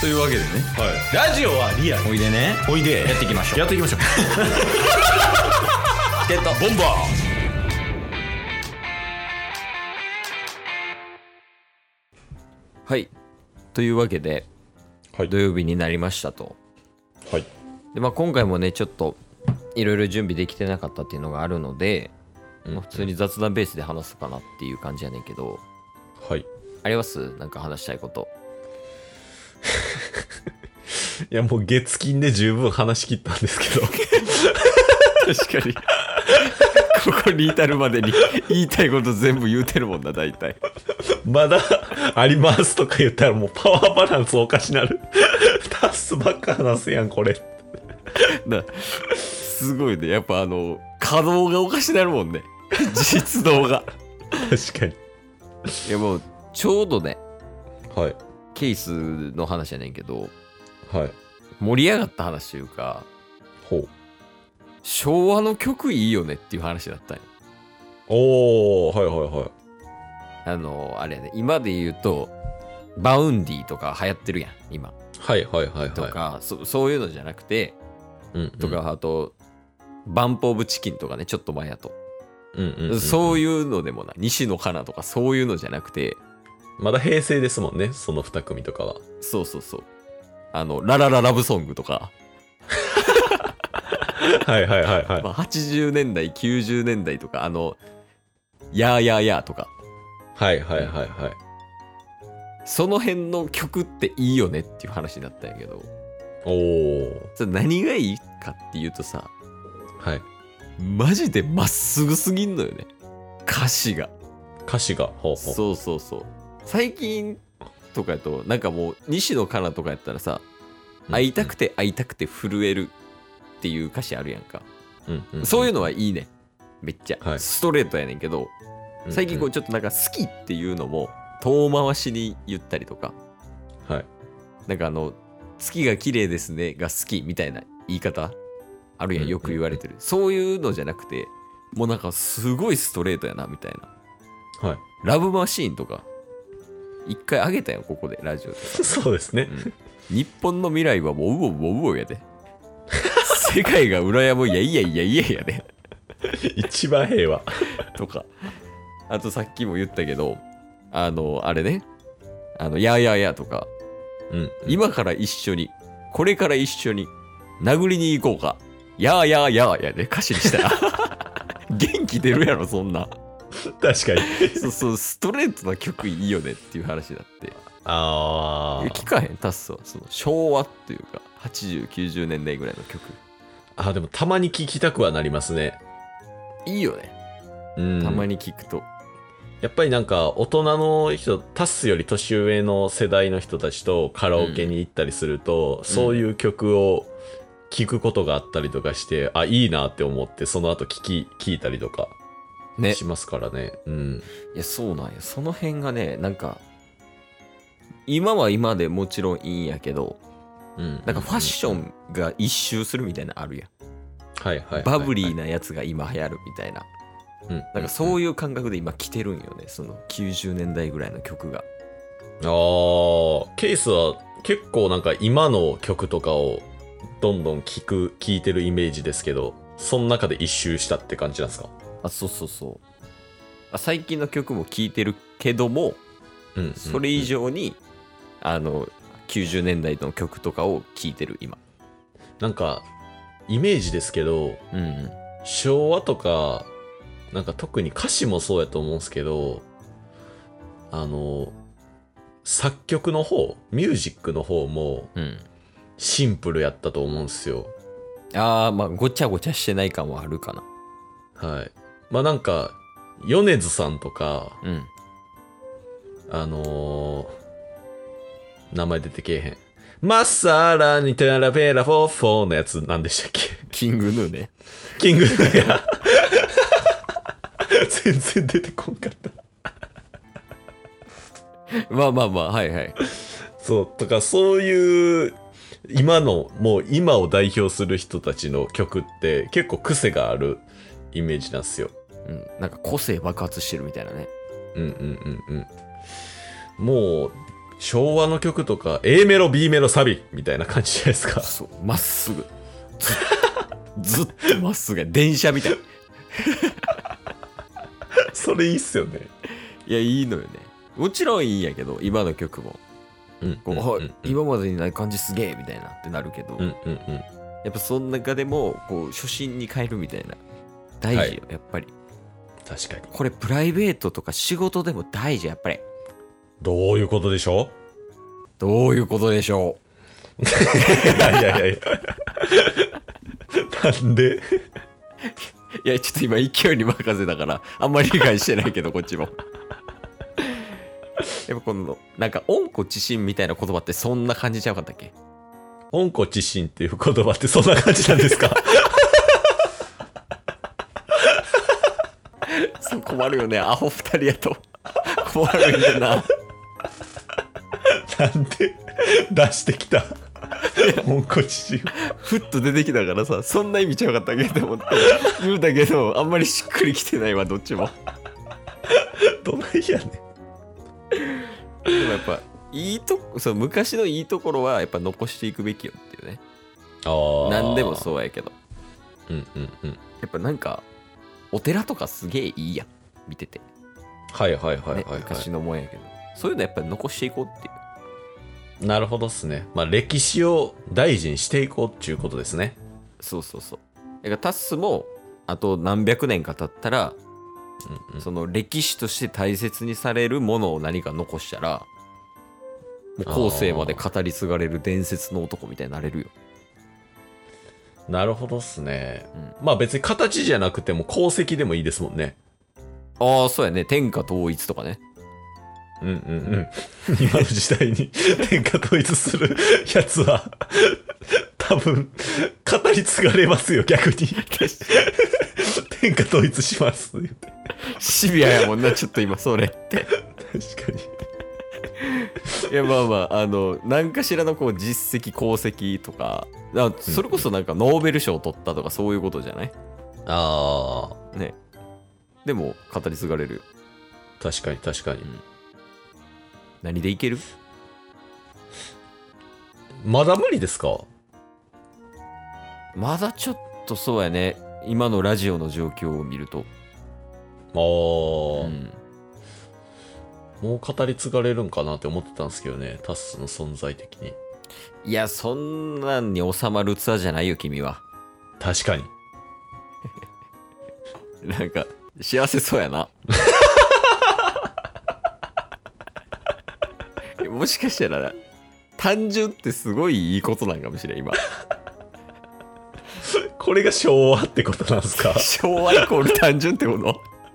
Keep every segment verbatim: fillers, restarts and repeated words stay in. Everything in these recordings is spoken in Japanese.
というわけでね、 はい、ラジオはリアル。 おいでね、 おいでやっていきましょう。 やっていきましょうゲットボンバー。 はい、というわけで、 はい、 土曜日になりましたと。 はいで、まあ、今回もねちょっといろいろ準備できてなかったっていうのがあるので、うん、普通に雑談ベースで話すかなっていう感じやねんけど、 はいあります？なんか話したいこと。 いやもう月金で十分話し切ったんですけど確かにここに至るまでに言いたいこと全部言うてるもんな。大体まだありますとか言ったらもうパワーバランスおかしなるタスばっか話すやんこれな。すごいね、やっぱあの稼働がおかしなるもんね実動が。 確かに。 いやもうちょうどね、 はいケースの話やねんけど、 はい、 盛り上がった話というか、 ほう、 昭和の曲いいよねっていう話だったんよ。 おー、はいはいはい。 あのあれやね、今で言うとバウンディとか流行ってるやん今。 はいはいはいはい。 とか そ, そういうのじゃなくて、 うんうん、 とかあとバンプオブチキンとかね、ちょっと前やと、 うんうんうんうん、 そういうのでもな、西野カナとかそういうのじゃなくて、 まだ平成ですもんね、そのに組とかは。 そうそうそう、あのララララブソングとかはいはいはいはい、 まあ、はちじゅうねんだいきゅうじゅうねんだいとか、あのやーやーやーとか、 はいはいはいはい、 その辺の曲っていいよねっていう話になったんやけど、 おー、 それ何がいいかっていうとさ、 はい、 マジでまっすぐすぎんのよね、歌詞が。 歌詞が、ほうほう、 そうそうそう。最近とかやとなんかもう西野カナとかやったらさ、うん、会いたくて会いたくて震えるっていう歌詞あるやんか、うんうんうん、そういうのはいいね、めっちゃ、はい、ストレートやねんけど、最近こうちょっとなんか好きっていうのも遠回しに言ったりとか、はい、なんかあの月が綺麗ですねが好きみたいな言い方あるやん、よく言われてる、うんうんうん、そういうのじゃなくて、もうなんかすごいストレートやなみたいな、はい、ラブマシーンとか一回あげたよここでラジオで。 そうですね、 うん、日本の未来はもうウォウウォウウォやで世界が羨むいやいやいやいややで一番平和とか、あとさっきも言ったけど、あのあれね、あのやーやーやーとか、うんうん、今から一緒にこれから一緒に殴りに行こうかやーやーやーやで歌詞にしたら元気出るやろそんな。 確かにそうそう、ストレートな曲いいよねっていう話になって、 ああ聞かへんタッソはその昭和っていうかはちじゅうきゅうじゅうねんだいぐらいの曲。 あ、でもたまに聞きたくはなりますね。 いいよね、うん、たまに聞くと。 やっぱりなんか大人の人、タスより年上の世代の人たちとカラオケに行ったりすると、うん、そういう曲を聞くことがあったりとかして、あ、いいなって思ってその後聞き聞いたりとかね、しますからね。うん。 いや、そうなんや。その辺がね、なんか今は今でもちろんいいんやけど、うん、なんかファッションが一周するみたいなのあるやん。 はいはいはい、はい。 バブリーなやつが今流行るみたいな。うん。なんかそういう感覚で今来てるんよね。そのきゅうじゅうねんだいぐらいの曲が。ああ、 ケースは結構なんか今の曲とかをどんどん聞く聞いてるイメージですけど、その中で一周したって感じなんですか？ あ、そうそうそう。最近の曲も聴いてるけども、うんうんうん、それ以上にあのきゅうじゅうねんだいの曲とかを聴いてる今。 なんかイメージですけど、うんうん、昭和とかなんか特に歌詞もそうやと思うんですけど、あの作曲の方、ミュージックの方もシンプルやったと思うんですよ。 ああ、まあごちゃごちゃしてない感はあるかな。 はい。まあなんか米津さんとか、うん、あのー、名前出てけえへん。マッサーラにテラペラフォーフォーのやつなんでしたっけ？ キングヌーね。 キングヌーや。全然出てこんかった。 まあまあまあ、はいはい。 そう、とかそういう今のもう今を代表する人たちの曲って結構癖があるイメージなんですよ。 うん、なんか個性爆発してるみたいなね。 うんうんうんうん。もう昭和の曲とか A メロ B メロサビみたいな感じじゃないですか。 そうまっすぐずっとまっすぐや電車みたいそれいいっすよね。 いやいいのよね。もちろんいいんやけど今の曲もうんこう、 うんうんうんはい今までにない感じすげえみたいなってなるけど、 うんうんうん。 やっぱその中でもこう初心に変えるみたいな大事よ、 はいやっぱり確かに。 これプライベートとか仕事でも大事やっぱり。 どういうことでしょどういうことでしょう。いやいやいやいや。なんでう。いやちょっと今勢いに任せたからあんまり理解してないけどこっちもやっぱこのなんか温故知新みたいな言葉ってそんな感じちゃうかったっけ。 温故知新っていう言葉ってそんな感じなんですか？ そう困るよねアホ二人やと困るんだな。 なんで出してきた温故知新。 ふっと出てきたからさそんな意味ちゃうかったっけと思って言うたけどあんまりしっくりきてないわどっちも。 どないやねん。 でもやっぱいいとこそう昔のいいところはやっぱ残していくべきよっていうね。 ああ。 何でもそうやけどうんうんうん。 やっぱなんかお寺とかすげえいいやん見てて、 はいはいはいはい、 ねはい昔のもんやけどそういうのやっぱり残していこうっていう。 なるほどっすね。まあ歴史を大事にしていこうっていうことですね。 そうそうそう。だからタッスもあと何百年か経ったら、 うんうん、 その歴史として大切にされるものを何か残したらもう後世まで語り継がれる伝説の男みたいになれるよ。 なるほどっすね、 うん、 まあ別に形じゃなくても功績でもいいですもんね。 ああそうやね天下統一とかね。 うんうんうん今の時代に天下統一するやつは多分語り継がれますよ逆に天下統一しますってシビアやもんなちょっと今それって確かに。 いやまあまああの何かしらのこう実績功績とかだそれこそなんかノーベル賞を取ったとかそういうことじゃない。 ああねでも語り継がれるよ。 確かに確かに、うん、 何でいける？ まだ無理ですか？ まだちょっとそうやね今のラジオの状況を見ると。 ああ、 うんもう語り継がれるんかなって思ってたんですけどねタスの存在的に。 いやそんなんに収まる器じゃないよ君は。 確かになんか幸せそうやなもしかしたら単純ってすごいいいことなんかもしれん今これが昭和ってことなんですか？ 昭和イコール単純ってこと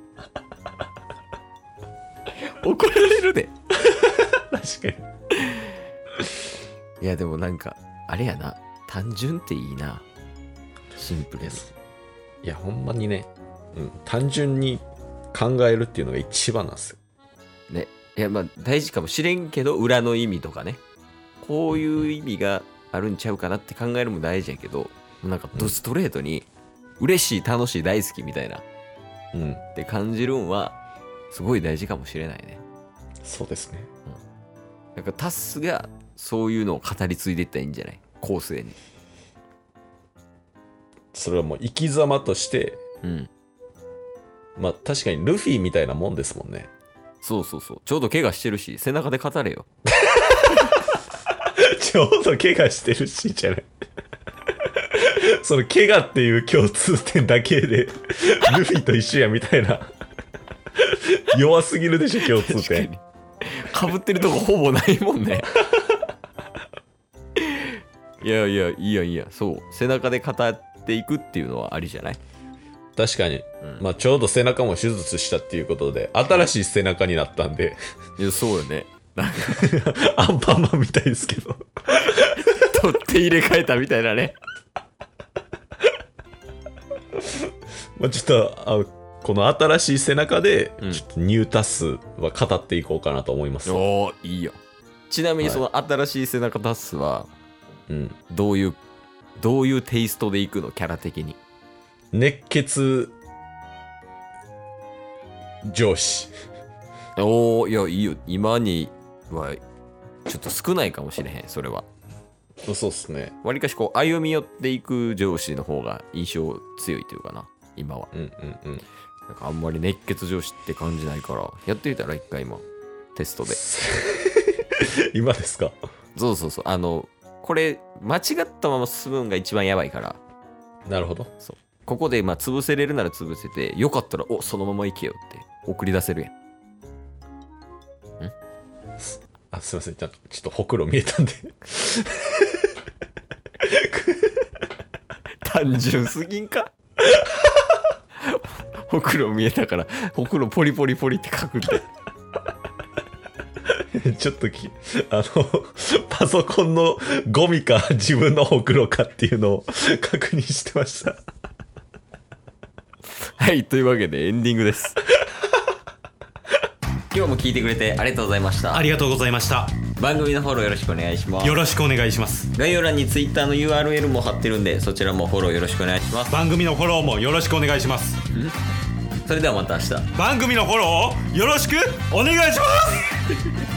怒られるで確かに。 いやでもなんかあれやな単純っていいなシンプルです。 いやほんまにね、うん、単純に考えるっていうのが一番なんですよね。いやまあ大事かもしれんけど裏の意味とかねこういう意味があるんちゃうかなって考えるのも大事やけどなんかドストレートに嬉しい楽しい大好きみたいな、うん、って感じるんはすごい大事かもしれないね。 そうですね、 うん、なんかタスがそういうのを語り継いでいったらいいんじゃない後世に。 それはもう生き様として、うん、まあ確かにルフィみたいなもんですもんね。 そうそうそうちょうど怪我してるし背中で語れよちょうど怪我してるしじゃないその怪我っていう共通点だけでルフィと一緒やみたいな弱すぎるでしょ共通点。 かぶってるとこほぼないもんねいやいやいいやいいやそう背中で語っていくっていうのはありじゃない。 確かに、うん、まあちょうど背中も手術したっていうことで新しい背中になったんでいやそうよねなんかアンパンマンみたいですけど取って入れ替えたみたいなねまあちょっとあこの新しい背中でちょっとニュータスは語っていこうかなと思います、 うん、おーいいよ。ちなみにその新しい背中タスは、うん、どういうどういうテイストでいくのキャラ的に。 熱血上司。 おーいやいいよ今にはちょっと少ないかもしれへん。それはそうっすね。 わりかしこう歩み寄っていく上司の方が印象強いというかな、今は。 うんうんうん。 なんかあんまり熱血上司って感じないから、やってみたら一回今テストで今ですか？ そうそうそう、あのこれ間違ったまま進むんが一番やばいから。 なるほど。 そう、ここでまあ潰せれるなら潰せて、よかったらおそのまま行けよって送り出せるやん。んあ、すいません、ちょっとちょっとほくろ見えたんで単純すぎんかほくろ見えたからほくろポリポリポリって書くってちょっときあのパソコンのゴミか自分のほくろかっていうのを確認してましたはい、というわけでエンディングです今日も聞いてくれてありがとうございました。 ありがとうございました。 番組のフォローよろしくお願いします。 よろしくお願いします。 概要欄に Twitter の ユーアールエル も貼ってるんで、そちらもフォローよろしくお願いします。 番組のフォローもよろしくお願いします。 それではまた明日。 番組のフォローをよろしくお願いします